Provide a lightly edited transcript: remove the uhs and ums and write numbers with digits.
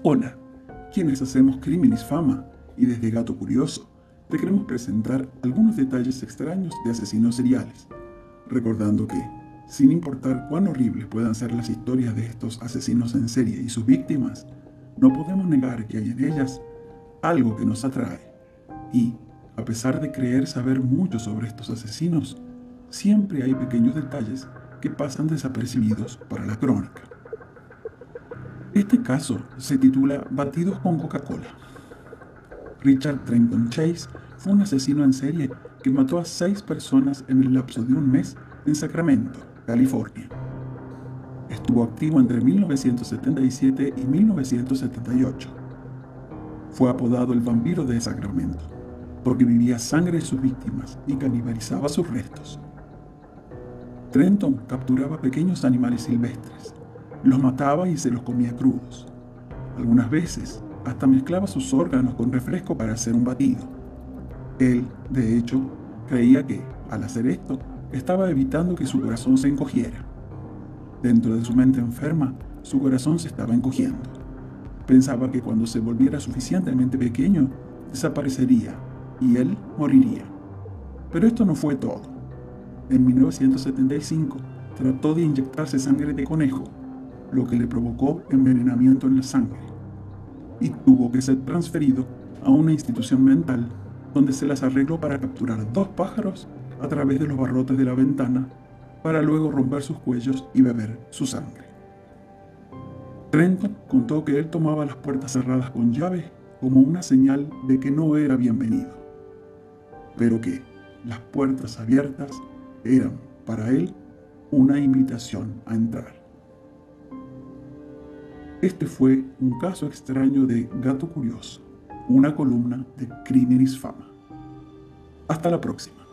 Hola, quienes hacemos Criminis Fama y desde Gato Curioso te queremos presentar algunos detalles extraños de asesinos seriales, recordando que, sin importar cuán horribles puedan ser las historias de estos asesinos en serie y sus víctimas, no podemos negar que hay en ellas algo que nos atrae. Y, a pesar de creer saber mucho sobre estos asesinos, siempre hay pequeños detalles que pasan desapercibidos para la crónica. Este caso se titula Batidos con Coca-Cola. Richard Trenton Chase fue un asesino en serie que mató a 6 personas en el lapso de un mes en Sacramento, California. Estuvo activo entre 1977 y 1978. Fue apodado el vampiro de Sacramento, porque vivía sangre de sus víctimas y canibalizaba sus restos. Trenton capturaba pequeños animales silvestres, los mataba y se los comía crudos. Algunas veces hasta mezclaba sus órganos con refresco para hacer un batido. Él, de hecho, creía que, al hacer esto, estaba evitando que su corazón se encogiera. Dentro de su mente enferma, su corazón se estaba encogiendo. Pensaba que cuando se volviera suficientemente pequeño, desaparecería y él moriría. Pero esto no fue todo. En 1975, trató de inyectarse sangre de conejo, lo que le provocó envenenamiento en la sangre, y tuvo que ser transferido a una institución mental donde se las arregló para capturar 2 pájaros a través de los barrotes de la ventana para luego romper sus cuellos y beber su sangre. Trenton contó que él tomaba las puertas cerradas con llave como una señal de que no era bienvenido, pero que las puertas abiertas eran para él una invitación a entrar. Este fue un caso extraño de Gato Curioso, una columna de Criminis Fama. Hasta la próxima.